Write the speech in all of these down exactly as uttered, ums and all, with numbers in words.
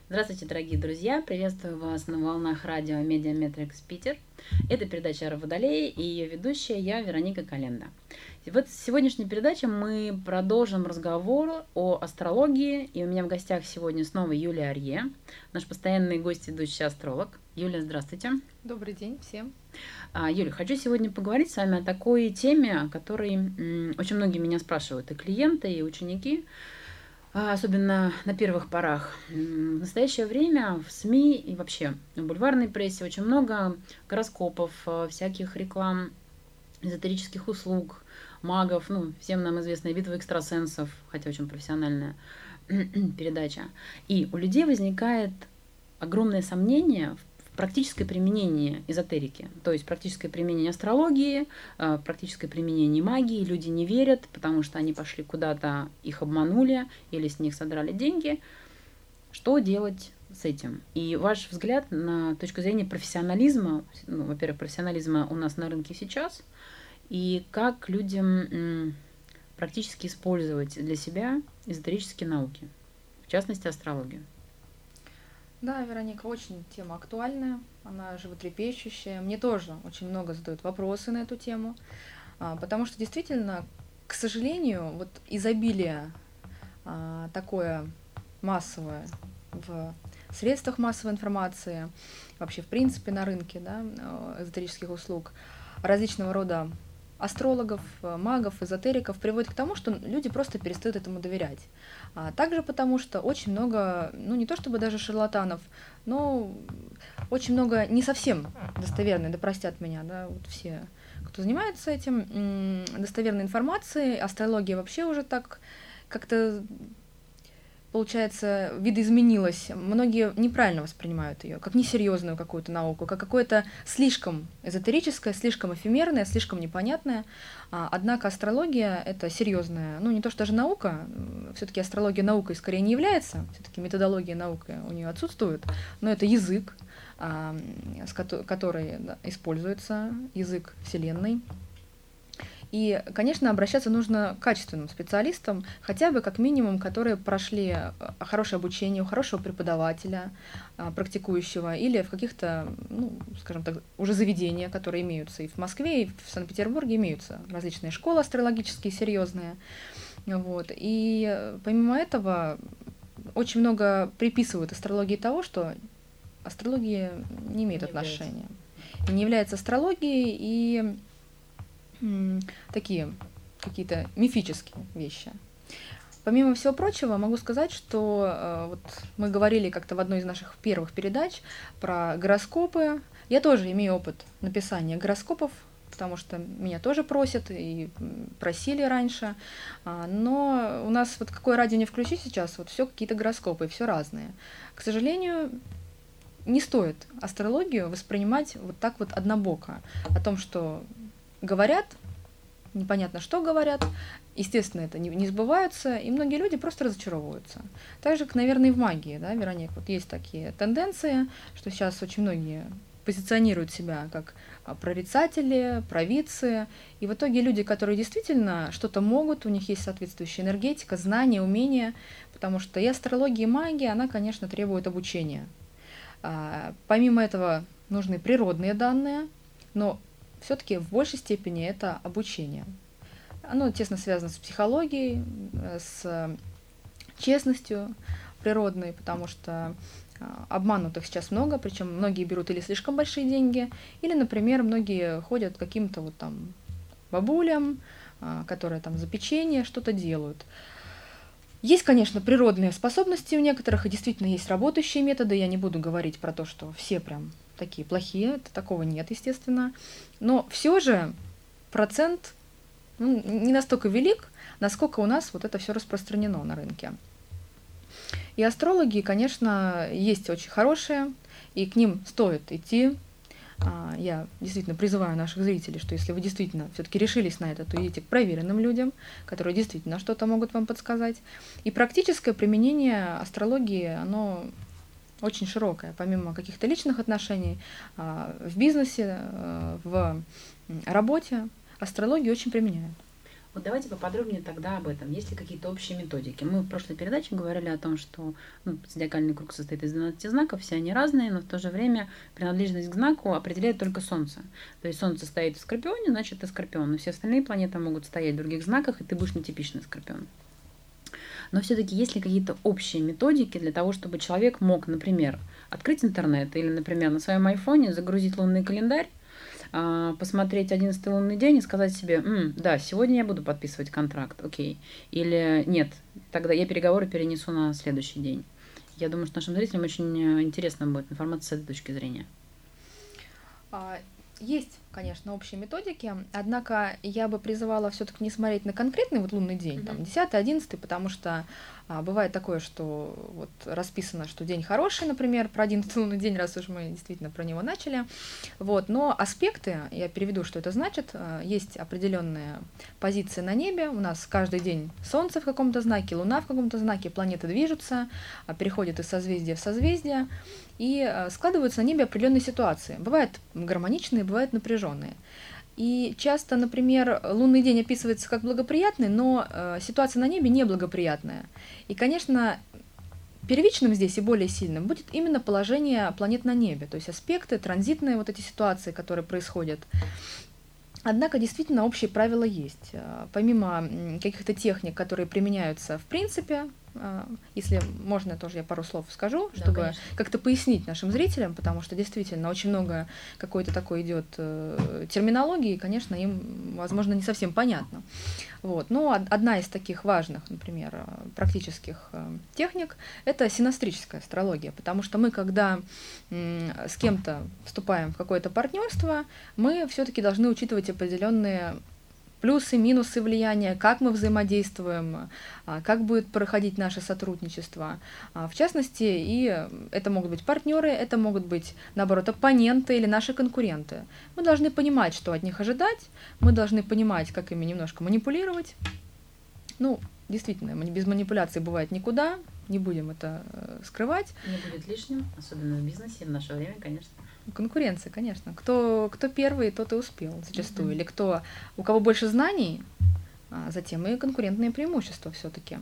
Здравствуйте, дорогие друзья! Приветствую вас на волнах радио Медиаметрикс Питер. Это передача «Эра Водолея» и ее ведущая я, Вероника Календа. И вот в сегодняшней передаче мы продолжим разговор о астрологии. И у меня в гостях сегодня снова Юлия Арье, наш постоянный гость, ведущий астролог. Юлия, здравствуйте. Добрый день всем. Юля, хочу сегодня поговорить с вами о такой теме, о которой м, очень многие меня спрашивают, и клиенты, и ученики. Особенно на первых порах. В настоящее время в СМИ и вообще в бульварной прессе очень много гороскопов, всяких реклам, эзотерических услуг, магов, ну, всем нам известная битва экстрасенсов, хотя очень профессиональная передача. И у людей возникает огромное сомнение в практическое применение эзотерики, то есть практическое применение астрологии, практическое применение магии. Люди не верят, потому что они пошли куда-то, их обманули или с них содрали деньги. Что делать с этим? И ваш взгляд на точку зрения профессионализма, ну, во-первых, профессионализма у нас на рынке сейчас, и как людям практически использовать для себя эзотерические науки, в частности астрологию. Да, Вероника, очень тема актуальная, она животрепещущая. Мне тоже очень много задают вопросы на эту тему, потому что действительно, к сожалению, вот изобилие такое массовое в средствах массовой информации, вообще в принципе на рынке, да, эзотерических услуг, различного рода астрологов, магов, эзотериков приводит к тому, что люди просто перестают этому доверять. А также потому, что очень много, ну не то чтобы даже шарлатанов, но очень много не совсем достоверной, да простят меня, да, вот все, кто занимается этим, достоверной информацией, астрология вообще уже так как-то, получается, видоизменилась. Многие неправильно воспринимают ее, как несерьезную какую-то науку, как какое-то слишком эзотерическое, слишком эфемерное, слишком непонятное. Однако астрология — это серьезная, ну не то что даже наука, все-таки астрология наукой скорее не является, все-таки методология науки у нее отсутствует, но это язык, который используется, язык Вселенной. И, конечно, обращаться нужно к качественным специалистам, хотя бы как минимум, которые прошли хорошее обучение у хорошего преподавателя, практикующего, или в каких-то, ну, скажем так, уже заведения, которые имеются и в Москве, и в Санкт-Петербурге имеются различные школы астрологические, серьезные. Вот. И помимо этого очень много приписывают астрологии того, что астрология не имеет не отношения. И не является астрологией, и такие какие-то мифические вещи. Помимо всего прочего, могу сказать, что э, вот мы говорили как-то в одной из наших первых передач про гороскопы. Я тоже имею опыт написания гороскопов, потому что меня тоже просят и просили раньше. А, но у нас вот какое радио не включи сейчас, вот все какие-то гороскопы, все разные. К сожалению, не стоит астрологию воспринимать вот так вот однобоко. О том, что говорят, непонятно, что говорят, естественно, это не, не сбывается, и многие люди просто разочаровываются. Так же, как, наверное, и в магии, да, Вероника, вот есть такие тенденции, что сейчас очень многие позиционируют себя как прорицатели, провидцы, и в итоге люди, которые действительно что-то могут, у них есть соответствующая энергетика, знания, умения, потому что и астрология, и магия, она, конечно, требует обучения. А, помимо этого нужны природные данные, но все-таки в большей степени это обучение. Оно тесно связано с психологией, с честностью природной, потому что обманутых сейчас много, причем многие берут или слишком большие деньги, или, например, многие ходят к каким-то вот там бабулям, которые там за печенье что-то делают. Есть, конечно, природные способности у некоторых, и действительно есть работающие методы. Я не буду говорить про то, что все прям такие плохие, это такого нет, естественно. Но все же процент ну, не настолько велик, насколько у нас вот это все распространено на рынке. И астрологи, конечно, есть очень хорошие, и к ним стоит идти. Я действительно призываю наших зрителей, что если вы действительно все-таки решились на это, то идите к проверенным людям, которые действительно что-то могут вам подсказать. И практическое применение астрологии, оно очень широкое, помимо каких-то личных отношений, в бизнесе, в работе, астрологию очень применяют. Вот давайте поподробнее тогда об этом. Есть ли какие-то общие методики? Мы в прошлой передаче говорили о том, что ну, зодиакальный круг состоит из двенадцати знаков, все они разные, но в то же время принадлежность к знаку определяет только Солнце. То есть Солнце стоит в Скорпионе, значит ты Скорпион, но все остальные планеты могут стоять в других знаках, и ты будешь нетипичный Скорпион. Но все-таки есть ли какие-то общие методики для того, чтобы человек мог, например, открыть интернет или, например, на своем айфоне загрузить лунный календарь, посмотреть одиннадцатый лунный день и сказать себе: М, да, сегодня я буду подписывать контракт, окей. Или нет, тогда я переговоры перенесу на следующий день. Я думаю, что нашим зрителям очень интересна будет информация с этой точки зрения. Есть, конечно, общие методики, однако я бы призывала все-таки не смотреть на конкретный вот лунный день, mm-hmm. там, десятый, одиннадцатый, потому что а, бывает такое, что вот расписано, что день хороший, например, про одиннадцатый лунный день, раз уж мы действительно про него начали, вот, но аспекты, я переведу, что это значит, есть определенные позиции на небе, у нас каждый день Солнце в каком-то знаке, Луна в каком-то знаке, планеты движутся, переходят из созвездия в созвездие, и складываются на небе определенные ситуации. Бывают гармоничные, бывают напряженные. И часто, например, лунный день описывается как благоприятный, но э, ситуация на небе неблагоприятная. И, конечно, первичным здесь и более сильным будет именно положение планет на небе, то есть аспекты, транзитные вот эти ситуации, которые происходят. Однако действительно общие правила есть. Помимо каких-то техник, которые применяются в принципе, если можно, тоже я пару слов скажу, чтобы да, как-то пояснить нашим зрителям, потому что действительно очень много какой-то такой идет э, терминологии, и, конечно, им, возможно, не совсем понятно. Вот. Но одна из таких важных, например, практических э, техник – это синастрическая астрология, потому что мы, когда э, с кем-то вступаем в какое-то партнерство, мы все-таки должны учитывать определенные плюсы, минусы влияния, как мы взаимодействуем, как будет проходить наше сотрудничество. В частности, и это могут быть партнеры, это могут быть, наоборот, оппоненты или наши конкуренты. Мы должны понимать, что от них ожидать, мы должны понимать, как ими немножко манипулировать. Ну, действительно, без манипуляций бывает никуда, не будем это скрывать. Не будет лишним, особенно в бизнесе, в наше время, конечно. Конкуренция, конечно. Кто, кто первый, тот и успел зачастую. Mm-hmm. Или кто, у кого больше знаний, а затем и конкурентные преимущества все-таки.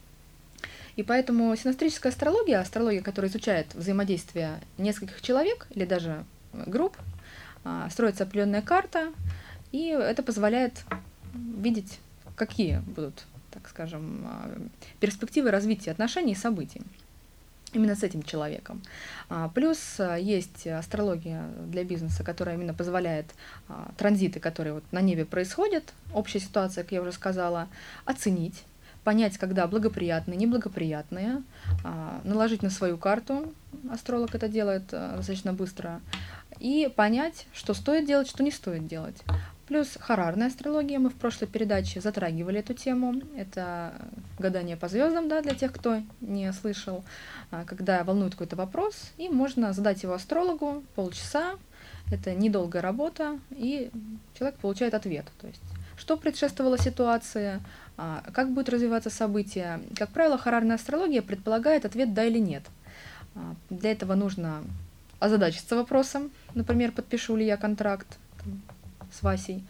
И поэтому синастрическая астрология, астрология, которая изучает взаимодействие нескольких человек или даже групп, строится определенная карта, и это позволяет видеть, какие будут, так скажем, перспективы развития отношений и событий именно с этим человеком. Плюс есть астрология для бизнеса, которая именно позволяет транзиты, которые вот на небе происходят, общая ситуация, как я уже сказала, оценить, понять, когда благоприятные, неблагоприятные, наложить на свою карту, астролог это делает достаточно быстро, и понять, что стоит делать, что не стоит делать. Плюс хорарная астрология, мы в прошлой передаче затрагивали эту тему, это гадание по звездам, да, для тех, кто не слышал, когда волнует какой-то вопрос, и можно задать его астрологу полчаса, это недолгая работа, и человек получает ответ, то есть что предшествовало ситуации, как будет развиваться событие. Как правило, хорарная астрология предполагает ответ «да» или «нет». Для этого нужно озадачиться вопросом, например, подпишу ли я контракт с Васей,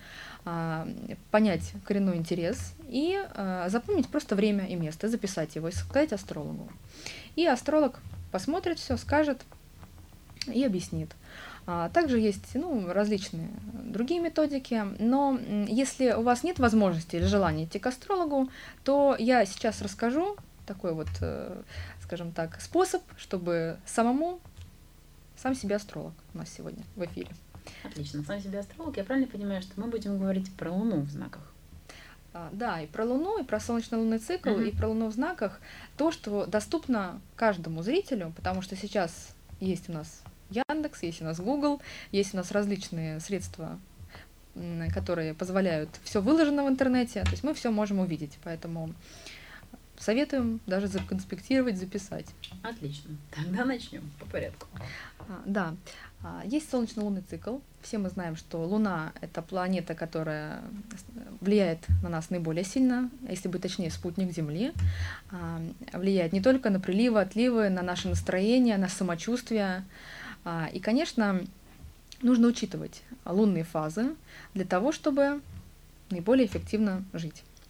понять коренной интерес и запомнить просто время и место, записать его и сказать астрологу. И астролог посмотрит все, скажет и объяснит. Также есть ну, различные другие методики, но если у вас нет возможности или желания идти к астрологу, то я сейчас расскажу такой вот, скажем так, способ, чтобы самому, сам себе астролог у нас сегодня в эфире. Отлично. Сам себе астролог. Я правильно понимаю, что мы будем говорить про Луну в знаках? А, да, и про Луну, и про солнечно-лунный цикл, uh-huh. и про Луну в знаках. То, что доступно каждому зрителю, потому что сейчас есть у нас Яндекс, есть у нас Google, есть у нас различные средства, которые позволяют все выложено в интернете. То есть мы все можем увидеть, поэтому советуем даже законспектировать, записать. Отлично. Тогда начнем по порядку. А, да. Есть солнечно-лунный цикл. Все мы знаем, что Луна — это планета, которая влияет на нас наиболее сильно, если быть точнее, спутник Земли. Влияет не только на приливы, отливы, на наше настроение, на самочувствие. И, конечно, нужно учитывать лунные фазы для того, чтобы наиболее эффективно жить.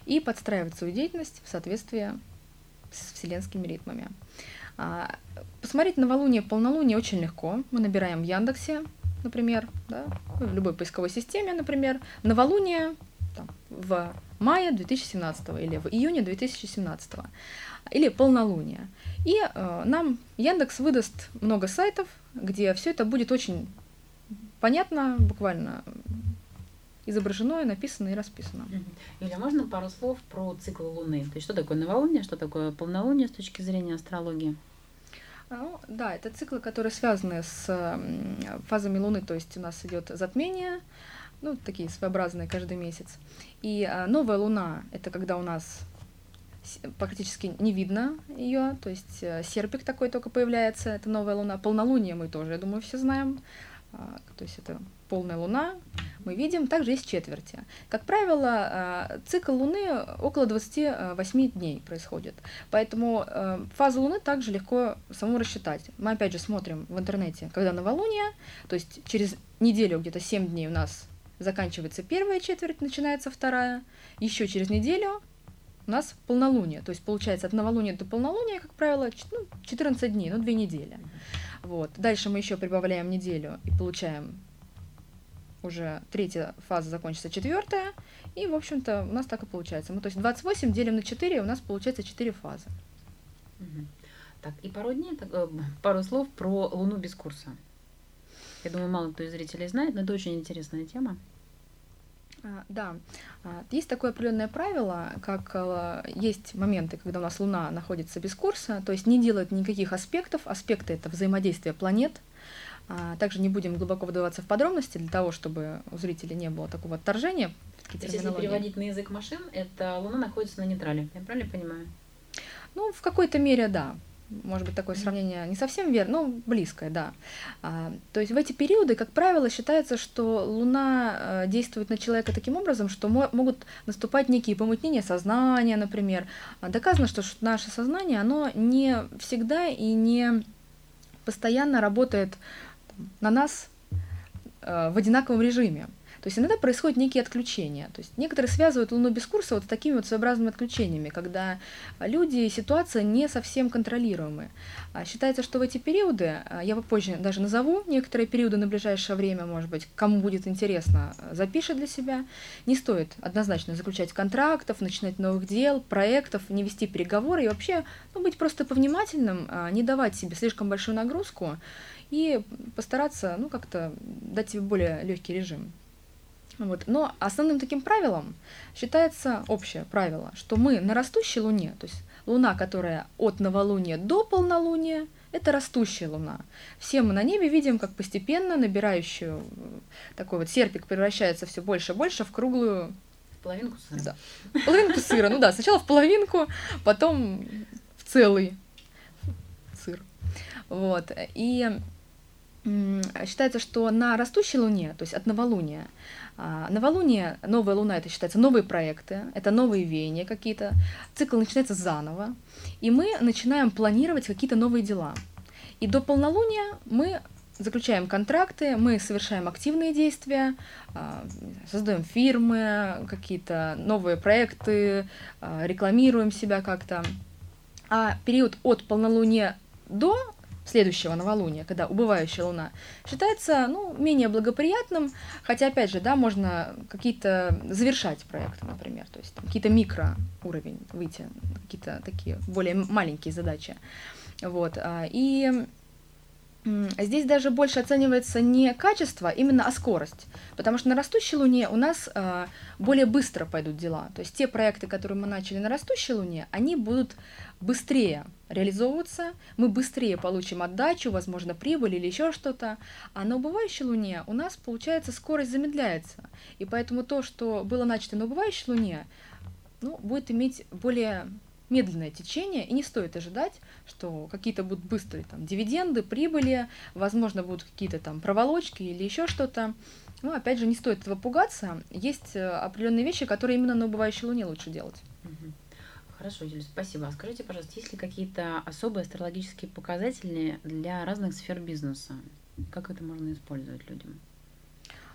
и подстраивать свою деятельность в соответствии с вселенскими ритмами. Посмотреть новолуние, полнолуние очень легко. Мы набираем в Яндексе, например, да, в любой поисковой системе, например, новолуние там, в мае две тысячи семнадцатого или в июне две тысячи семнадцатого, или полнолуние. И э, нам Яндекс выдаст много сайтов, где все это будет очень понятно, буквально изображено, написано и расписано. Юля, можно пару слов про цикл Луны? То есть что такое новолуние, что такое полнолуние с точки зрения астрологии? Ну, да, это циклы, которые связаны с фазами Луны, то есть у нас идет затмение, ну, такие своеобразные каждый месяц. И а, новая Луна — это когда у нас практически не видно ее, то есть серпик такой только появляется, это новая Луна. Полнолуние мы тоже, я думаю, все знаем, а, то есть это полная Луна, мы видим, также есть четверти. Как правило, цикл Луны около двадцати восьми дней происходит, поэтому фазу Луны также легко самому рассчитать. Мы опять же смотрим в интернете, когда новолуние, то есть через неделю, где-то семь дней у нас заканчивается первая четверть, начинается вторая, еще через неделю у нас полнолуние, то есть получается от новолуния до полнолуния, как правило, четырнадцать дней, ну две недели. Вот. Дальше мы еще прибавляем неделю и получаем уже третья фаза, закончится четвертая, и, в общем-то, у нас так и получается. Мы, то есть двадцать восемь делим на четыре, у нас получается четыре фазы. Угу. Так, и пару дней, так, пару слов про Луну без курса. Я думаю, мало кто из зрителей знает, но это очень интересная тема. А, да, а, есть такое определенное правило, как а, есть моменты, когда у нас Луна находится без курса, то есть не делает никаких аспектов. Аспекты — это взаимодействие планет. А, также не будем глубоко вдаваться в подробности для того, чтобы у зрителей не было такого отторжения. То есть, если переводить на язык машин, это Луна находится на нейтрале, я правильно понимаю? Ну, в какой-то мере, да. Может быть, такое сравнение не совсем верно, но близкое, да. А, то есть в эти периоды, как правило, считается, что Луна а, действует на человека таким образом, что мо- могут наступать некие помутнения сознания, например. А, доказано, что ш- наше сознание, оно не всегда и не постоянно работает на нас а, в одинаковом режиме. То есть иногда происходят некие отключения. То есть некоторые связывают Луну без курса вот с такими вот своеобразными отключениями, когда люди и ситуация не совсем контролируемы. Считается, что в эти периоды, я попозже даже назову некоторые периоды на ближайшее время, может быть, кому будет интересно, запишет для себя, не стоит однозначно заключать контрактов, начинать новых дел, проектов, не вести переговоры и вообще ну, быть просто повнимательным, не давать себе слишком большую нагрузку и постараться ну, как-то дать себе более легкий режим. Вот. Но основным таким правилом считается общее правило, что мы на растущей Луне, то есть Луна, которая от новолуния до полнолуния, это растущая Луна. Все мы на небе видим, как постепенно набирающую такой вот серпик превращается все больше и больше в круглую... В половинку сыра. Да. В половинку сыра, ну да, сначала в половинку, потом в целый сыр. Вот. И считается, что на растущей Луне, то есть от новолуния, новолуние, новая Луна — это считается новые проекты, это новые веяния какие-то, цикл начинается заново, и мы начинаем планировать какие-то новые дела. И до полнолуния мы заключаем контракты, мы совершаем активные действия, создаем фирмы, какие-то новые проекты, рекламируем себя как-то. А период от полнолуния до следующего новолуния, когда убывающая Луна, считается ну, менее благоприятным, хотя, опять же, да, можно какие-то завершать проекты, например, то есть там, какие-то микроуровень выйти, какие-то такие более маленькие задачи. Вот. И здесь даже больше оценивается не качество, именно а скорость, потому что на растущей Луне у нас э, более быстро пойдут дела. То есть те проекты, которые мы начали на растущей Луне, они будут быстрее реализовываться, мы быстрее получим отдачу, возможно, прибыль или еще что-то, а на убывающей Луне у нас, получается, скорость замедляется, и поэтому то, что было начато на убывающей Луне, ну, будет иметь более медленное течение, и не стоит ожидать, что какие-то будут быстрые там, дивиденды, прибыли, возможно, будут какие-то там проволочки или еще что-то. Но, опять же, не стоит этого пугаться. Есть определенные вещи, которые именно на убывающей Луне лучше делать. Хорошо, Юля, спасибо. А скажите, пожалуйста, есть ли какие-то особые астрологические показатели для разных сфер бизнеса? Как это можно использовать людям?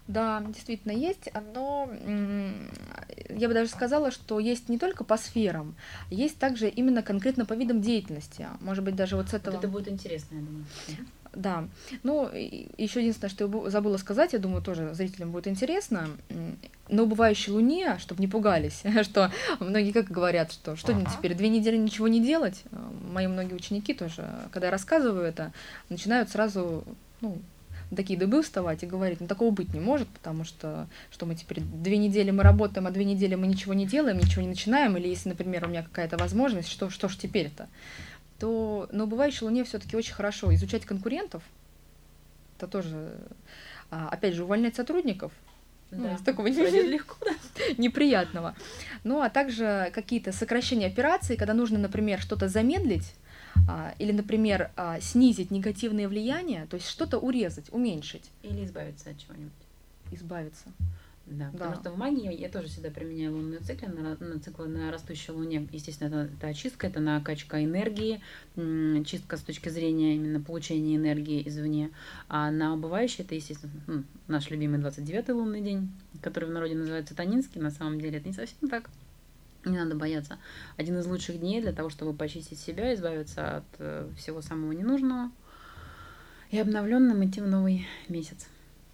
Да, действительно есть, но м, я бы даже сказала, что есть не только по сферам, есть также именно конкретно по видам деятельности. Может быть, даже вот с Вот этого. это будет интересно, я думаю. Мгм. Да. Ну, еще единственное, что я бу- забыла сказать, я думаю, тоже зрителям будет интересно. М, На убывающей луне, чтобы не пугались, что многие как говорят, что что мне теперь, две недели ничего не делать? Э, Мои многие ученики тоже, когда я рассказываю это, начинают сразу, ну, на такие дыбы вставать и говорить, ну такого быть не может, потому что что мы теперь две недели мы работаем, а две недели мы ничего не делаем, ничего не начинаем, или если, например, у меня какая-то возможность, что, что ж теперь-то? То на убывающей луне все-таки очень хорошо изучать конкурентов, это тоже, а, опять же, увольнять сотрудников, ну, Да, из такого пройдет легко, да. неприятного. Ну, а также какие-то сокращения операций, когда нужно, например, что-то замедлить, а, или, например, а, снизить негативные влияния, то есть что-то урезать, уменьшить, Или избавиться от чего-нибудь. избавиться. Да, Да. потому что в магии я тоже всегда применяю лунные циклы на, ра- на циклы на растущей луне. Естественно, это, это очистка, это накачка энергии, м, чистка с точки зрения именно получения энергии извне. А на убывающей это, естественно, м, наш любимый двадцать девятый лунный день, который в народе называется Танинский. На самом деле это не совсем так. Не надо бояться. Один из лучших дней для того, чтобы почистить себя, избавиться от э, всего самого ненужного и обновленным идти в новый месяц.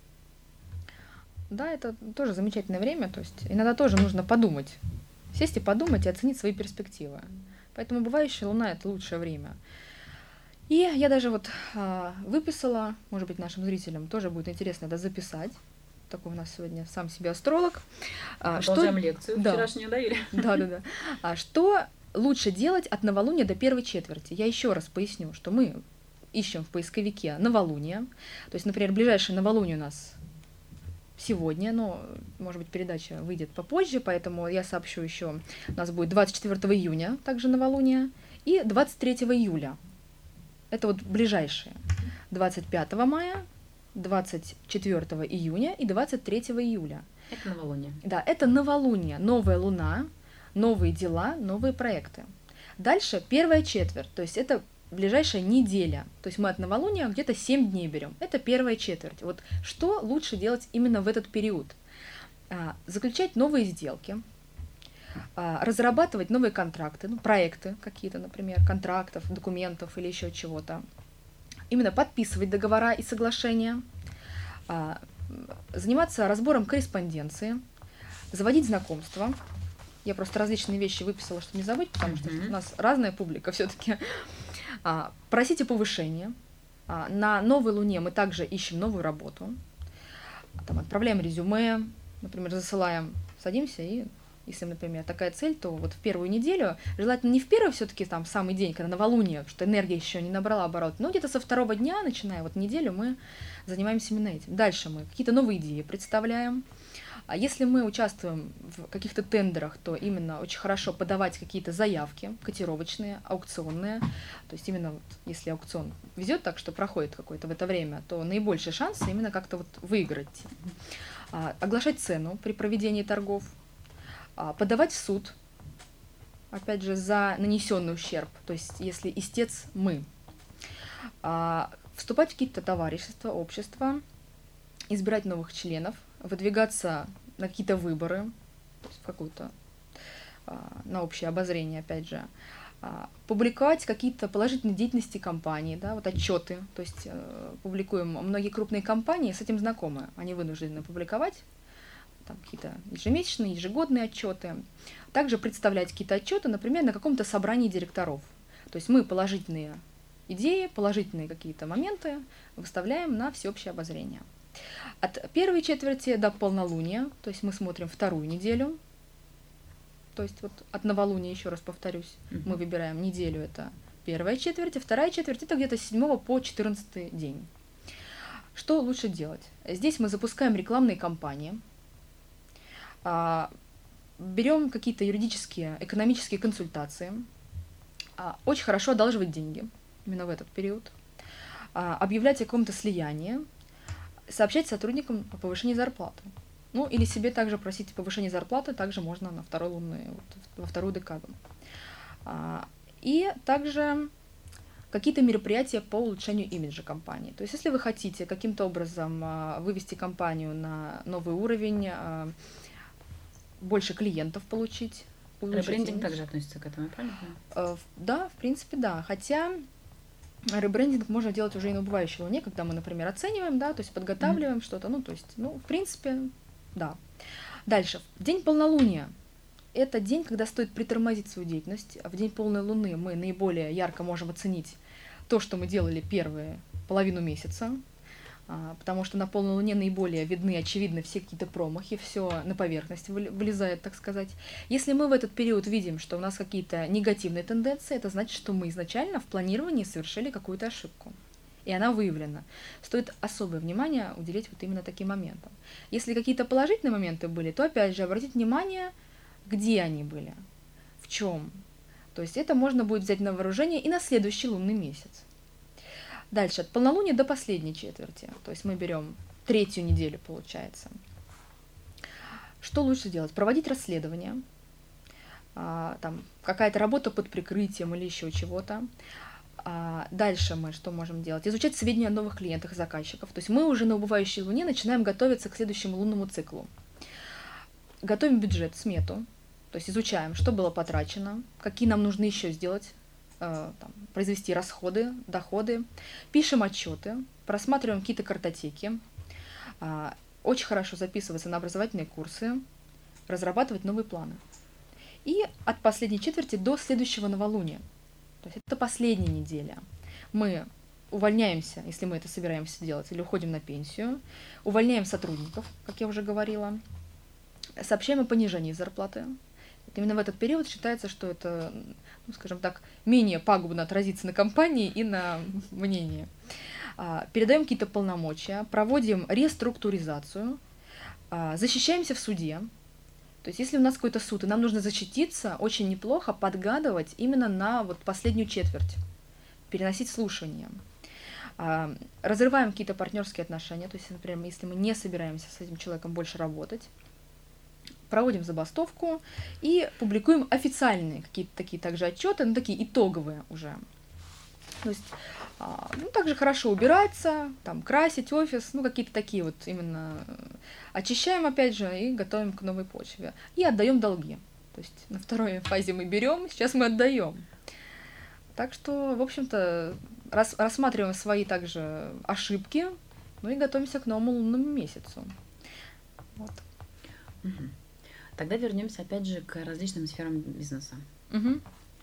Да, это тоже замечательное время, то есть иногда тоже нужно подумать, сесть и подумать и оценить свои перспективы. Поэтому убывающая луна – это лучшее время. И я даже вот а, выписала, может быть, нашим зрителям тоже будет интересно это записать. Такой у нас сегодня сам себе астролог. А, Продолжаем что... лекцию Да. вчерашнюю, да, Юля? Да, да, да. А что лучше делать от новолуния до первой четверти? Я еще раз поясню, что мы ищем в поисковике новолуние. То есть, например, ближайшее новолуние у нас сегодня, но, может быть, передача выйдет попозже, поэтому я сообщу еще. У нас будет двадцать четвёртого июня, также новолуние, и двадцать третьего июля. Это вот ближайшие. двадцать пятого мая, двадцать четвёртого июня и двадцать третьего июля. Это новолуние. Да, это новолуние, новая луна, новые дела, новые проекты. Дальше первая четверть, то есть это ближайшая неделя. То есть мы от новолуния где-то семь дней берем. Это первая четверть. Вот что лучше делать именно в этот период? А, заключать новые сделки, а, разрабатывать новые контракты, ну, проекты какие-то, например, контрактов, документов или еще чего-то. Именно подписывать договора и соглашения, а, заниматься разбором корреспонденции, заводить знакомства. Я просто различные вещи выписала, чтобы не забыть, потому что Мгм. у нас разная публика все-таки. А, просить о повышении. А, на новой луне мы также ищем новую работу. Там, отправляем резюме, например, засылаем, садимся и если, например, такая цель, то вот в первую неделю, желательно не в первый все-таки там самый день, когда новолуние, потому что энергия еще не набрала оборот, но где-то со второго дня, начиная вот неделю, мы занимаемся именно этим. Дальше мы какие-то новые идеи представляем. А если мы участвуем в каких-то тендерах, то именно очень хорошо подавать какие-то заявки котировочные, аукционные. То есть именно вот, если аукцион везет так, что проходит какое-то в это время, то наибольший шанс именно как-то вот выиграть. А, оглашать цену при проведении торгов, а, подавать в суд, опять же, за нанесенный ущерб, то есть если истец мы. А, вступать в какие-то товарищества, общества, избирать новых членов, выдвигаться на какие-то выборы, то есть в какую-то, а, на общее обозрение, опять же, а, публиковать какие-то положительные деятельности компании, да, вот отчеты, то есть э, публикуем, многие крупные компании с этим знакомы, они вынуждены публиковать там какие-то ежемесячные, ежегодные отчеты, также представлять какие-то отчеты, например, на каком-то собрании директоров, то есть мы положительные идеи, положительные какие-то моменты выставляем на всеобщее обозрение. От первой четверти до полнолуния, то есть мы смотрим вторую неделю, то есть вот от новолуния, еще раз повторюсь, Мгм. мы выбираем неделю, это первая четверть, а вторая четверть это где-то с седьмого по четырнадцатый день. Что лучше делать? Здесь мы запускаем рекламные кампании, а, берем какие-то юридические, экономические консультации, а, очень хорошо одалживать деньги именно в этот период, а, объявлять о каком-то слиянии, сообщать сотрудникам о повышении зарплаты. Ну, или себе также просить повышение зарплаты, также можно на второй лунный, вот, во вторую декаду. А, и также какие-то мероприятия по улучшению имиджа компании. То есть если вы хотите каким-то образом вывести компанию на новый уровень, больше клиентов получить, ребрендинг также относится к этому, правильно? Да, в принципе, да. Хотя ребрендинг можно делать уже и на убывающей луне, когда мы, например, оцениваем, да, то есть подготавливаем mm-hmm. что-то, ну, то есть, ну, в принципе, да. Дальше. День полнолуния. Это день, когда стоит притормозить свою деятельность. В день полной луны мы наиболее ярко можем оценить то, что мы делали первую половину месяца, потому что на полной луне наиболее видны, очевидны все какие-то промахи, все на поверхность вылезает, так сказать. Если мы в этот период видим, что у нас какие-то негативные тенденции, это значит, что мы изначально в планировании совершили какую-то ошибку, и она выявлена. Стоит особое внимание уделить вот именно таким моментам. Если какие-то положительные моменты были, то, опять же, обратить внимание, где они были, в чем. То есть это можно будет взять на вооружение и на следующий лунный месяц. Дальше, от полнолуния до последней четверти, то есть мы берем третью неделю, получается. Что лучше делать? Проводить расследование, а, там какая-то работа под прикрытием или еще чего-то. А дальше мы что можем делать? Изучать сведения о новых клиентах и заказчиков. То есть мы уже на убывающей луне начинаем готовиться к следующему лунному циклу. Готовим бюджет, смету, то есть изучаем, что было потрачено, какие нам нужно еще сделать, э, там, произвести расходы, доходы, пишем отчеты, просматриваем какие-то картотеки, э, очень хорошо записываться на образовательные курсы, разрабатывать новые планы. И от последней четверти до следующего новолуния, то есть это последняя неделя, мы увольняемся, если мы это собираемся делать, или уходим на пенсию, увольняем сотрудников, как я уже говорила, сообщаем о понижении зарплаты. Именно в этот период считается, что это, ну, скажем так, менее пагубно отразится на компании и на мнении. Передаем какие-то полномочия, проводим реструктуризацию, защищаемся в суде. То есть если у нас какой-то суд, и нам нужно защититься, очень неплохо подгадывать именно на вот последнюю четверть, переносить слушания. Разрываем какие-то партнерские отношения, то есть, например, если мы не собираемся с этим человеком больше работать, проводим забастовку и публикуем официальные какие-то такие также отчеты, ну такие итоговые уже. То есть, ну, также хорошо убираться, там, красить офис, ну, какие-то такие вот именно очищаем, опять же, и готовим к новой почве. И отдаем долги. То есть на второй фазе мы берем, сейчас мы отдаем. Так что, в общем-то, рас- рассматриваем свои также ошибки, ну и готовимся к новому лунному месяцу. Вот. Угу. Тогда вернемся опять же к различным сферам бизнеса. Угу.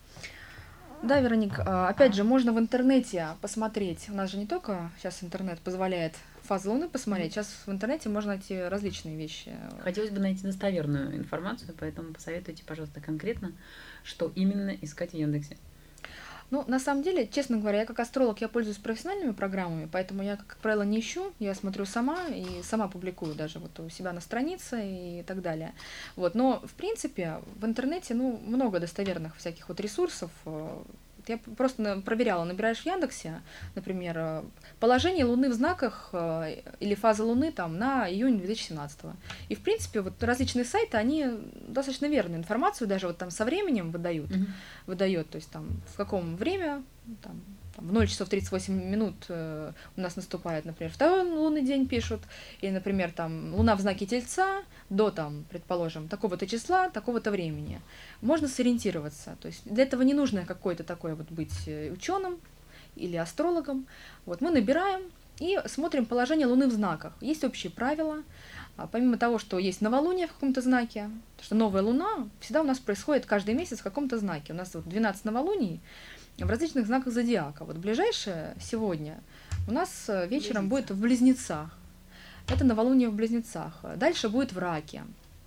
Да, Вероник, опять же, можно в интернете посмотреть. У нас же не только сейчас интернет позволяет фазы Луны посмотреть, сейчас в интернете можно найти различные вещи. Хотелось бы найти достоверную информацию, поэтому посоветуйте, пожалуйста, конкретно, что именно искать в Яндексе. Ну, на самом деле, честно говоря, я как астролог, я пользуюсь профессиональными программами, поэтому я, как правило, не ищу, я смотрю сама и сама публикую даже вот у себя на странице и так далее. Вот, но, в принципе, в интернете, ну, много достоверных всяких вот ресурсов. Я просто проверяла, набираешь в Яндексе, например, положение Луны в знаках или фаза Луны там на июнь две тысячи семнадцатого. И, в принципе, вот различные сайты, они достаточно верную информацию даже вот там со временем выдают, mm-hmm. выдает, то есть там в каком время, там, там, в ноль часов тридцать восемь минут э, у нас наступает, например, второй лунный день пишут, или, например, там Луна в знаке Тельца до, там, предположим, такого-то числа, такого-то времени. Можно сориентироваться. То есть для этого не нужно какой-то такой вот быть ученым или астрологом. Вот мы набираем и смотрим положение Луны в знаках. Есть общие правила. Помимо того, что есть новолуние в каком-то знаке, что новая Луна всегда у нас происходит каждый месяц в каком-то знаке. У нас вот двенадцать новолуний в различных знаках зодиака. Вот ближайшее сегодня у нас вечером Близнецы. Будет в Близнецах. Это новолуние в Близнецах. Дальше будет в Раке.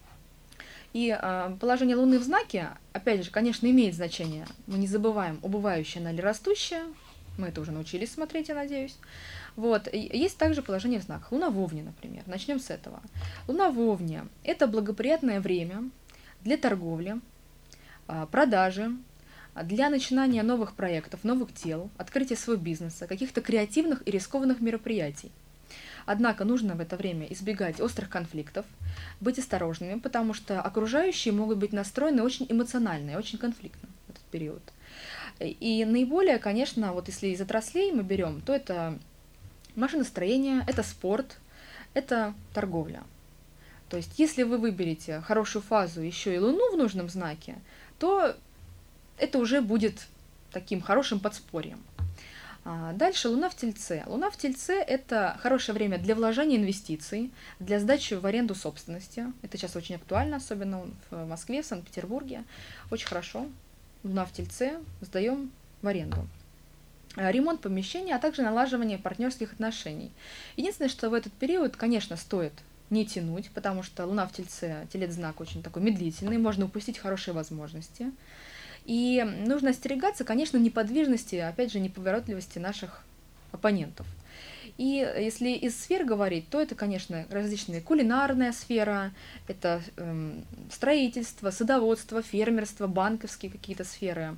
И э, положение Луны в знаке, опять же, конечно, имеет значение. Мы не забываем, убывающая она или растущая. Мы это уже научились смотреть, я надеюсь. Вот. И есть также положение в знаках. Луна в Овне, например. Начнем с этого. Луна в Овне – это благоприятное время для торговли, э, продажи, для начинания новых проектов, новых дел, открытия своего бизнеса, каких-то креативных и рискованных мероприятий. Однако нужно в это время избегать острых конфликтов, быть осторожными, потому что окружающие могут быть настроены очень эмоционально и очень конфликтно в этот период. И наиболее, конечно, вот если из отраслей мы берем, то это машиностроение, это спорт, это торговля. То есть если вы выберете хорошую фазу, еще и Луну в нужном знаке, то это уже будет таким хорошим подспорьем. А дальше Луна в Тельце. Луна в Тельце – это хорошее время для вложения инвестиций, для сдачи в аренду собственности. Это сейчас очень актуально, особенно в Москве, в Санкт-Петербурге. Очень хорошо. Луна в Тельце, сдаем в аренду. Ремонт помещения, а также налаживание партнерских отношений. Единственное, что в этот период, конечно, стоит не тянуть, потому что Луна в Тельце, Телец-знак очень такой медлительный, можно упустить хорошие возможности. И нужно остерегаться, конечно, неподвижности, опять же, неповоротливости наших оппонентов. И если из сфер говорить, то это, конечно, различные кулинарная сфера, это э, строительство, садоводство, фермерство, банковские какие-то сферы,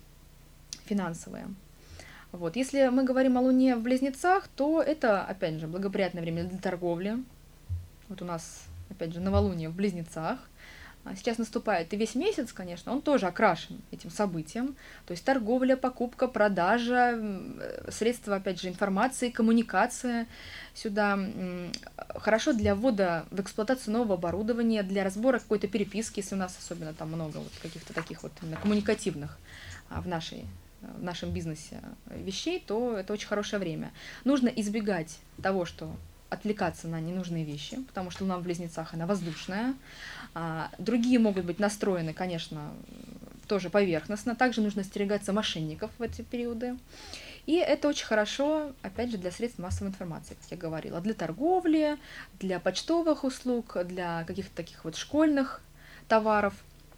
финансовые. Вот. Если мы говорим о Луне в Близнецах, то это, опять же, благоприятное время для торговли. Вот у нас, опять же, новолуние в Близнецах. Сейчас наступает и весь месяц, конечно, он тоже окрашен этим событием. То есть торговля, покупка, продажа, средства, опять же, информации, коммуникация. Сюда хорошо для ввода в эксплуатацию нового оборудования, для разбора какой-то переписки, если у нас особенно там много вот каких-то таких вот именно коммуникативных в, нашей, в нашем бизнесе вещей, то это очень хорошее время. Нужно избегать того, что отвлекаться на ненужные вещи, потому что Луна в Близнецах, она воздушная. А, другие могут быть настроены, конечно, тоже поверхностно. Также нужно остерегаться мошенников в эти периоды. И это очень хорошо, опять же, для средств массовой информации, как я говорила, для торговли, для почтовых услуг, для каких-то таких вот школьных товаров,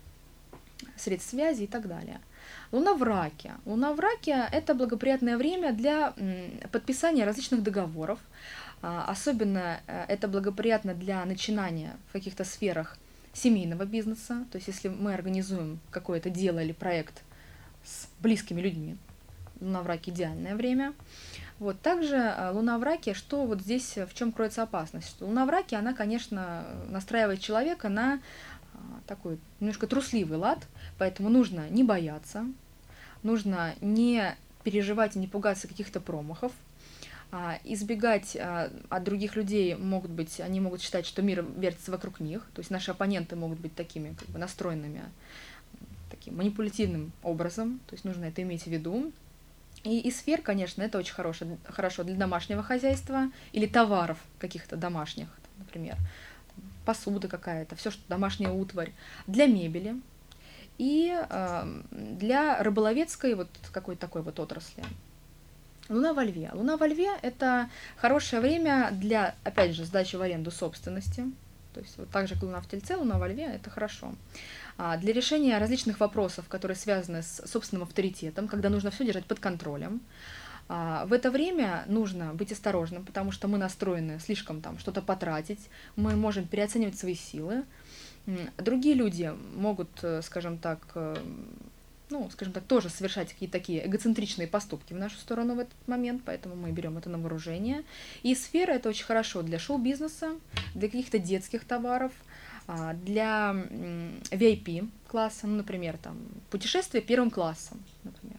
средств связи и так далее. Луна в Раке. Луна в Раке – это благоприятное время для подписания различных договоров. Особенно это благоприятно для начинания в каких-то сферах семейного бизнеса. То есть если мы организуем какое-то дело или проект с близкими людьми, Луна в Раке – идеальное время. Вот. Также Луна в Раке, что вот здесь, в чем кроется опасность? Что Луна в Раке, она, конечно, настраивает человека на такой немножко трусливый лад, поэтому нужно не бояться, нужно не переживать и не пугаться каких-то промахов, избегать от других людей, могут быть, они могут считать, что мир вертится вокруг них, то есть наши оппоненты могут быть такими как бы настроенными, таким манипулятивным образом, то есть нужно это иметь в виду. И из сфер, конечно, это очень хорошо, хорошо для домашнего хозяйства или товаров каких-то домашних, например, посуда какая-то, все, что домашняя утварь, для мебели и э, для рыболовецкой вот какой-то такой вот отрасли. Луна во Льве. Луна во Льве – это хорошее время для, опять же, сдачи в аренду собственности. То есть вот так же, как Луна в Тельце, Луна во Льве – это хорошо. А для решения различных вопросов, которые связаны с собственным авторитетом, когда нужно все держать под контролем. А в это время нужно быть осторожным, потому что мы настроены слишком там что-то потратить, мы можем переоценивать свои силы. Другие люди могут, скажем так, ну, скажем так, тоже совершать какие-то такие эгоцентричные поступки в нашу сторону в этот момент, поэтому мы берем это на вооружение. И сфера это очень хорошо для шоу-бизнеса, для каких-то детских товаров, для ви ай пи-класса, ну, например, там, путешествие первым классом, например,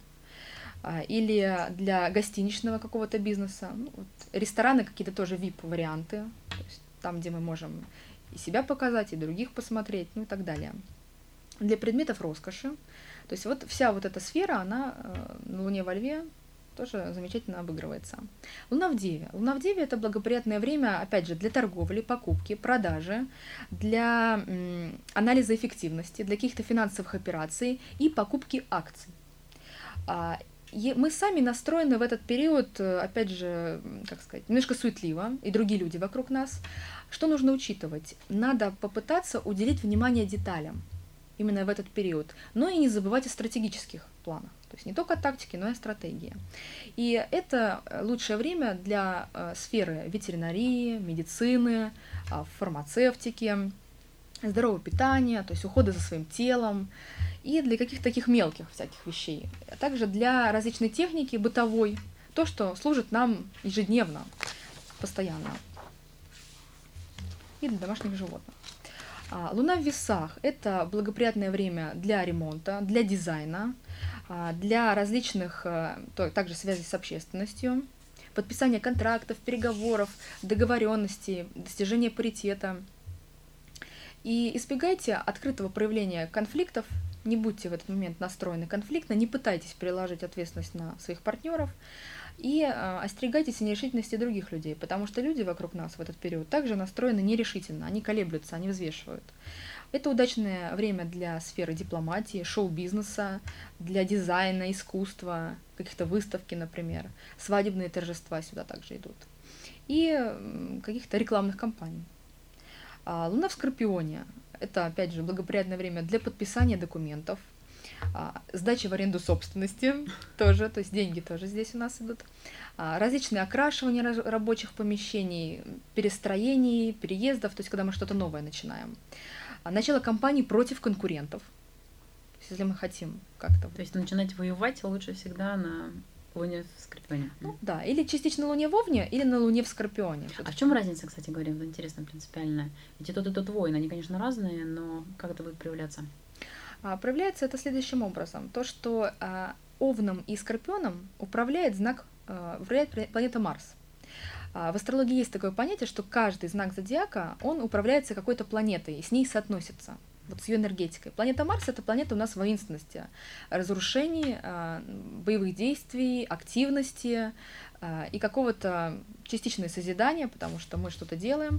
или для гостиничного какого-то бизнеса, ну, вот, рестораны какие-то тоже ви ай пи-варианты, то есть там, где мы можем и себя показать, и других посмотреть, ну и так далее. Для предметов роскоши. То есть вот вся вот эта сфера, она на Луне во Льве тоже замечательно обыгрывается. Луна в Деве. Луна в Деве – это благоприятное время, опять же, для торговли, покупки, продажи, для м, анализа эффективности, для каких-то финансовых операций и покупки акций. А, и мы сами настроены в этот период, опять же, как сказать, немножко суетливо, и другие люди вокруг нас. Что нужно учитывать? Надо попытаться уделить внимание деталям именно в этот период, но и не забывать о стратегических планах. То есть не только тактики, но и стратегии. И это лучшее время для э, сферы ветеринарии, медицины, э, фармацевтики, здорового питания, то есть ухода за своим телом и для каких-то таких мелких всяких вещей. А также для различной техники бытовой, то, что служит нам ежедневно, постоянно. И для домашних животных. Луна в Весах – это благоприятное время для ремонта, для дизайна, а, для различных а, то, также связей с общественностью, подписания контрактов, переговоров, договоренностей, достижения паритета. И избегайте открытого проявления конфликтов, не будьте в этот момент настроены конфликтно, не пытайтесь переложить ответственность на своих партнеров и э, остерегайтесь нерешительности других людей, потому что люди вокруг нас в этот период также настроены нерешительно, они колеблются, они взвешивают. Это удачное время для сферы дипломатии, шоу-бизнеса, для дизайна, искусства, каких-то выставки, например, свадебные торжества сюда также идут, и э, каких-то рекламных кампаний. А Луна в Скорпионе – это, опять же, благоприятное время для подписания документов, а, сдачи в аренду собственности тоже, то есть деньги тоже здесь у нас идут, а, различные окрашивания рабочих помещений, перестроений, переездов, то есть когда мы что-то новое начинаем. А, начало кампаний против конкурентов, то есть если мы хотим как-то… То есть начинать воевать лучше всегда на Луне в Скорпионе. Ну, да, или частично на Луне в Овне, или на Луне в Скорпионе. А в чем разница, кстати говоря, вот интересно, принципиальная? Ведь и тот, и тот воин, они, конечно, разные, но как это будет проявляться? А, проявляется это следующим образом. То, что а, Овном и Скорпионом управляет знак, а, управляет планета Марс. А, в астрологии есть такое понятие, что каждый знак зодиака, он управляется какой-то планетой и с ней соотносится. Вот с ее энергетикой. Планета Марс – это планета у нас воинственности, разрушений, боевых действий, активности и какого-то частичного созидания, потому что мы что-то делаем.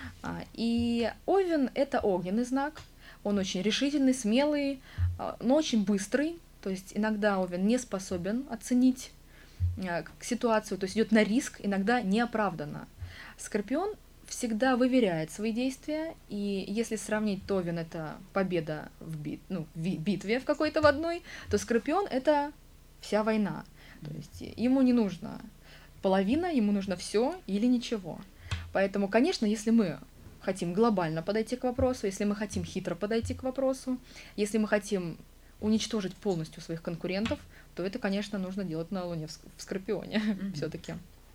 И Овен – это огненный знак, он очень решительный, смелый, но очень быстрый, то есть иногда Овен не способен оценить ситуацию, то есть идет на риск, иногда неоправданно. Скорпион всегда выверяет свои действия, и если сравнить, то Овен — это победа в, бит, ну, в битве в какой-то в одной, то Скорпион — это вся война. То есть ему не нужно половина, ему нужно все или ничего. Поэтому, конечно, если мы хотим глобально подойти к вопросу, если мы хотим хитро подойти к вопросу, если мы хотим уничтожить полностью своих конкурентов, то это, конечно, нужно делать на Луне в Скорпионе mm-hmm. все-таки.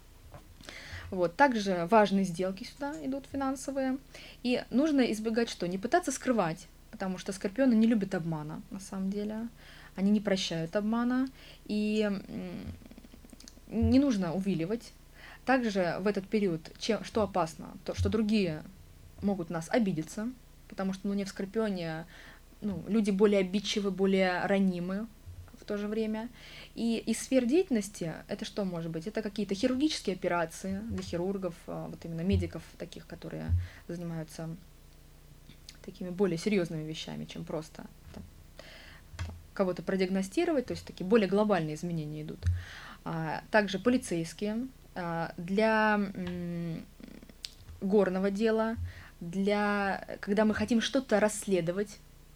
Вот. Также важные сделки сюда идут, финансовые. И нужно избегать что? Не пытаться скрывать, потому что скорпионы не любят обмана, на самом деле. Они не прощают обмана. И не нужно увиливать. Также в этот период, чем, что опасно, то, что другие могут нас обидеться, потому что на Луне в Скорпионе ну, люди более обидчивы, более ранимы в то же время. И из сфер деятельности это что может быть? Это какие-то хирургические операции для хирургов, вот именно медиков таких, которые занимаются такими более серьезными вещами, чем просто там, там, кого-то продиагностировать, то есть такие более глобальные изменения идут. А, также полицейские, а, для м, горного дела, для когда мы хотим что-то расследовать,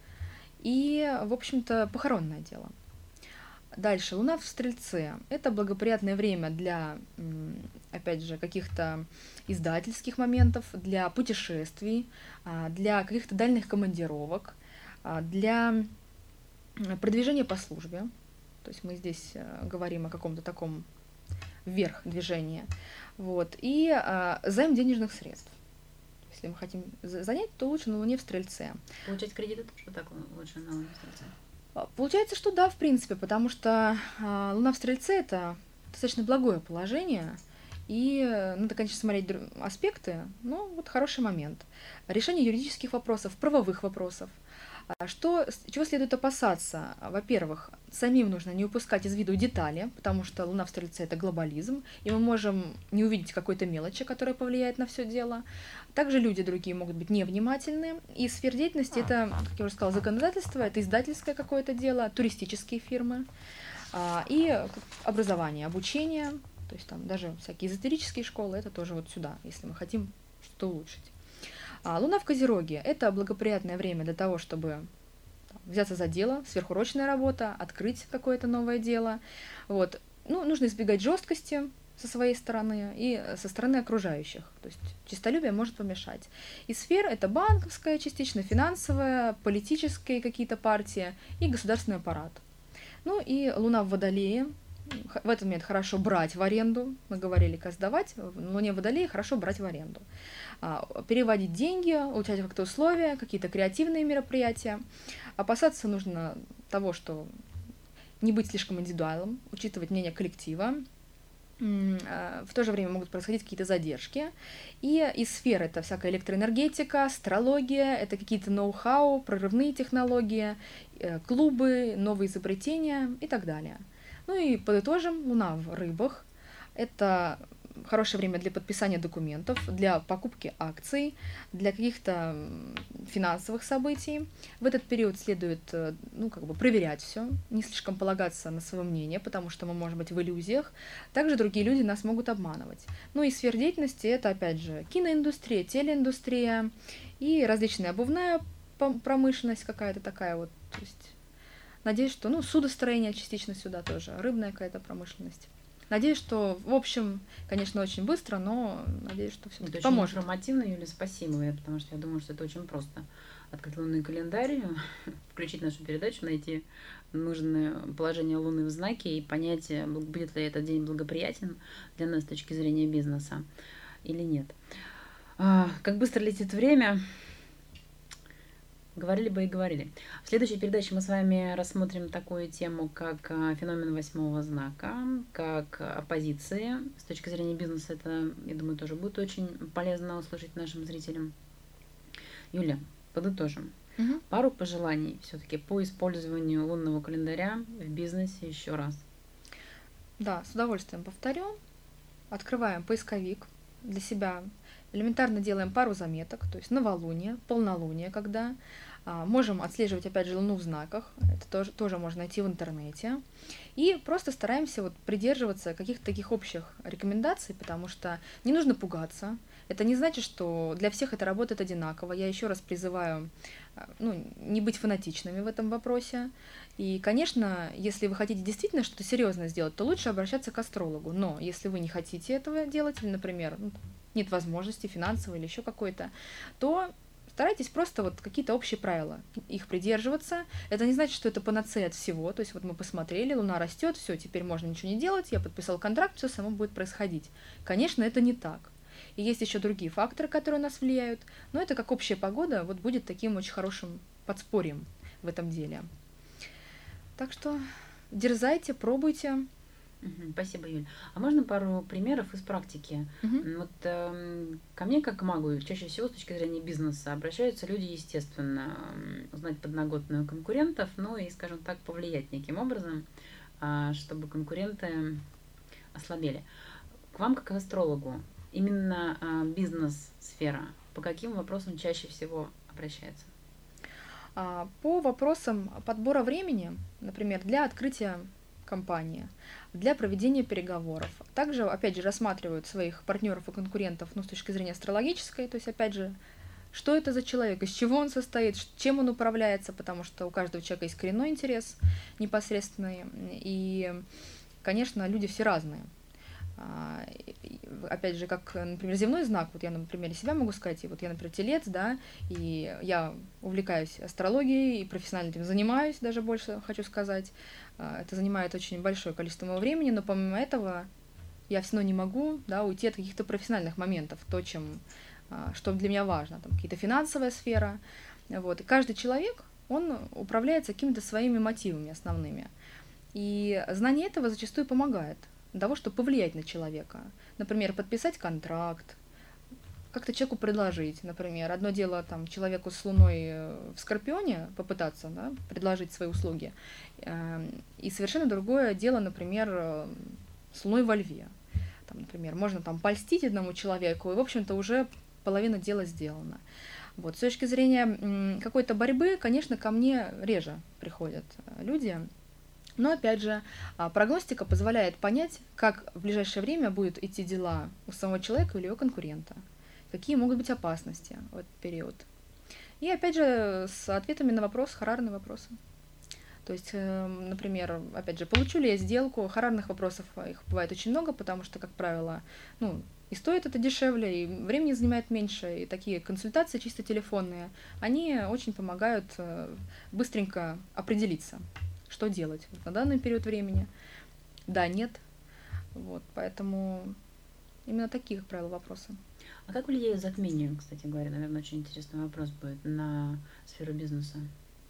и, в общем-то, похоронное дело. Дальше, Луна в Стрельце. Это благоприятное время для, опять же, каких-то издательских моментов, для путешествий, для каких-то дальних командировок, для продвижения по службе. То есть мы здесь говорим о каком-то таком вверх движении. Вот. И займ денежных средств. Если мы хотим занять, то лучше на Луне в Стрельце. Получать кредиты тоже так лучше на Луне в Стрельце? Получается, что да, в принципе, потому что э, Луна в Стрельце – это достаточно благое положение, и надо, конечно, смотреть аспекты, но вот хороший момент. Решение юридических вопросов, правовых вопросов. Что, чего следует опасаться? Во-первых, самим нужно не упускать из виду детали, потому что Луна в Стрельце – это глобализм, и мы можем не увидеть какой-то мелочи, которая повлияет на все дело. Также люди другие могут быть невнимательны. И сфера деятельности – это, как я уже сказала, законодательство, это издательское какое-то дело, туристические фирмы и образование, обучение, то есть там даже всякие эзотерические школы – это тоже вот сюда, если мы хотим что-то улучшить. А Луна в Козероге – это благоприятное время для того, чтобы там, взяться за дело, сверхурочная работа, открыть какое-то новое дело. Вот. Ну, нужно избегать жесткости со своей стороны и со стороны окружающих. То есть честолюбие может помешать. И сфера – это банковская, частично финансовая, политические какие-то партии и государственный аппарат. Ну и Луна в Водолее. В этот момент хорошо брать в аренду. Мы говорили, как сдавать. В Луне в Водолее хорошо брать в аренду. Переводить деньги, улучшать как-то условия, какие-то креативные мероприятия. Опасаться нужно того, что не быть слишком индивидуальным, учитывать мнение коллектива. В то же время могут происходить какие-то задержки. И из сфер это всякая электроэнергетика, астрология, это какие-то ноу-хау, прорывные технологии, клубы, новые изобретения и так далее. Ну и подытожим, Луна в рыбах. Это хорошее время для подписания документов, для покупки акций, для каких-то финансовых событий. В этот период следует, ну, как бы проверять все, не слишком полагаться на свое мнение, потому что мы можем быть в иллюзиях. Также другие люди нас могут обманывать. Ну и сфер деятельности это, опять же, киноиндустрия, телеиндустрия и различная обувная промышленность какая-то такая вот. То есть, надеюсь, что, ну, судостроение частично сюда тоже, рыбная какая-то промышленность. Надеюсь, что, в общем, конечно, очень быстро, но надеюсь, что все это поможет. Очень информативно, Юля, спасибо, потому что я думаю, что это очень просто. Открыть лунный календарь, включить нашу передачу, найти нужное положение Луны в знаке и понять, будет ли этот день благоприятен для нас с точки зрения бизнеса или нет. А, как быстро летит время. Говорили бы и говорили. В следующей передаче мы с вами рассмотрим такую тему, как феномен восьмого знака, как оппозиции. С точки зрения бизнеса это, я думаю, тоже будет очень полезно услышать нашим зрителям. Юля, подытожим. Угу. Пару пожеланий все-таки по использованию лунного календаря в бизнесе еще раз. Да, с удовольствием повторю. Открываем поисковик для себя. Элементарно делаем пару заметок, то есть новолуние, полнолуние, когда а, можем отслеживать, опять же, Луну в знаках, это тоже, тоже можно найти в интернете, и просто стараемся вот придерживаться каких-то таких общих рекомендаций, потому что не нужно пугаться, это не значит, что для всех это работает одинаково, я еще раз призываю, ну, не быть фанатичными в этом вопросе, и, конечно, если вы хотите действительно что-то серьезное сделать, то лучше обращаться к астрологу, но если вы не хотите этого делать, или, например, нет возможности финансовой или еще какой-то, то старайтесь просто вот какие-то общие правила, их придерживаться. Это не значит, что это панацея от всего. То есть вот мы посмотрели, Луна растет, все, теперь можно ничего не делать, я подписал контракт, все само будет происходить. Конечно, это не так. И есть еще другие факторы, которые на нас влияют, но это как общая погода вот будет таким очень хорошим подспорьем в этом деле. Так что дерзайте, пробуйте. Спасибо, Юль. А можно пару примеров из практики? Uh-huh. Вот э, ко мне, как к магу, чаще всего с точки зрения бизнеса обращаются люди, естественно, узнать подноготную конкурентов, ну и, скажем так, повлиять неким образом, э, чтобы конкуренты ослабели. К вам, как к астрологу, именно э, бизнес-сфера, по каким вопросам чаще всего обращается? По вопросам подбора времени, например, для открытия компании, для проведения переговоров. Также, опять же, рассматривают своих партнеров и конкурентов, ну, с точки зрения астрологической, то есть, опять же, что это за человек, из чего он состоит, чем он управляется, потому что у каждого человека есть коренной интерес непосредственный, и, конечно, люди все разные. Опять же, как, например, земной знак, вот я на примере себя могу сказать, и вот я, например, телец, да, и я увлекаюсь астрологией и профессионально этим занимаюсь, даже больше хочу сказать. Это занимает очень большое количество моего времени, но помимо этого я все равно не могу, да, уйти от каких-то профессиональных моментов, то, чем, что для меня важно, там какие-то финансовая сфера, вот. И каждый человек, он управляется какими-то своими мотивами основными, и знание этого зачастую помогает для того, чтобы повлиять на человека. Например, подписать контракт, как-то человеку предложить. Например, одно дело там, человеку с Луной в Скорпионе попытаться, да, предложить свои услуги, и совершенно другое дело, например, с Луной во Льве. Там, например, можно там польстить одному человеку, и, в общем-то, уже половина дела сделана. Вот. С точки зрения какой-то борьбы, конечно, ко мне реже приходят люди. Но, опять же, прогностика позволяет понять, как в ближайшее время будут идти дела у самого человека или его конкурента, какие могут быть опасности в этот период. И, опять же, с ответами на вопрос, хорарные вопросы. То есть, например, опять же, получу ли я сделку, хорарных вопросов их бывает очень много, потому что, как правило, ну, и стоит это дешевле, и времени занимает меньше, и такие консультации чисто телефонные, они очень помогают быстренько определиться, что делать на данный период времени. Да, нет. Вот, поэтому именно такие, как правило, вопросы. А как влияет затмение, кстати говоря, наверное, очень интересный вопрос будет на сферу бизнеса?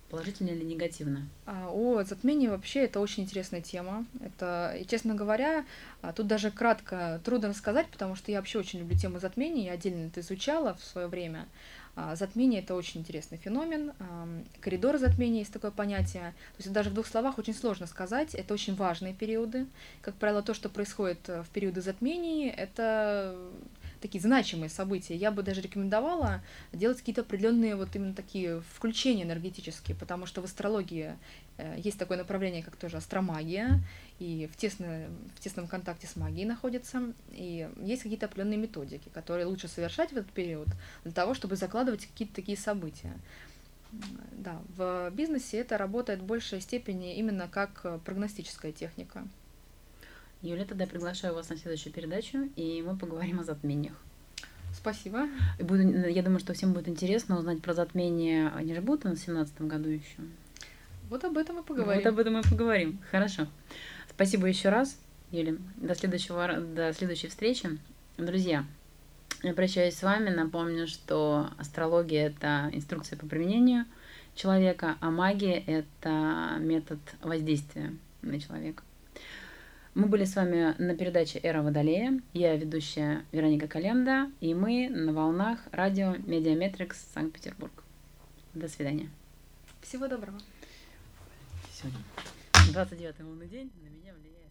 Положительно или негативно? А, О затмении вообще это очень интересная тема. Это, и, честно говоря, а, тут даже кратко трудно рассказать, потому что я вообще очень люблю тему затмений, я отдельно это изучала в свое время. А, Затмение — это очень интересный феномен. Ам, Коридор затмения — есть такое понятие. То есть даже в двух словах очень сложно сказать. Это очень важные периоды. Как правило, то, что происходит э, в периоды затмений, это такие значимые события. Я бы даже рекомендовала делать какие-то определенные вот именно такие включения энергетические, потому что в астрологии э, есть такое направление, как тоже астромагия, и в, тесно, в тесном контакте с магией находится, и есть какие-то определенные методики, которые лучше совершать в этот период для того, чтобы закладывать какие-то такие события. Да, в бизнесе это работает в большей степени именно как э, прогностическая техника. Юля, тогда приглашаю вас на следующую передачу, и мы поговорим о затмениях. Спасибо. И буду, я думаю, что всем будет интересно узнать про затмение. Они же будут у нас в семнадцатом году еще. Вот об этом и поговорим. Вот об этом и поговорим. Хорошо. Спасибо еще раз, Юля. До следующего, до следующей встречи. Друзья, я прощаюсь с вами. Напомню, что астрология — это инструкция по применению человека, а магия — это метод воздействия на человека. Мы были с вами на передаче «Эра Водолея». Я ведущая Вероника Календа, и мы на волнах радио Медиаметрикс Санкт-Петербург. До свидания. Всего доброго. Сегодня двадцать девятый лунный день, на меня влияет.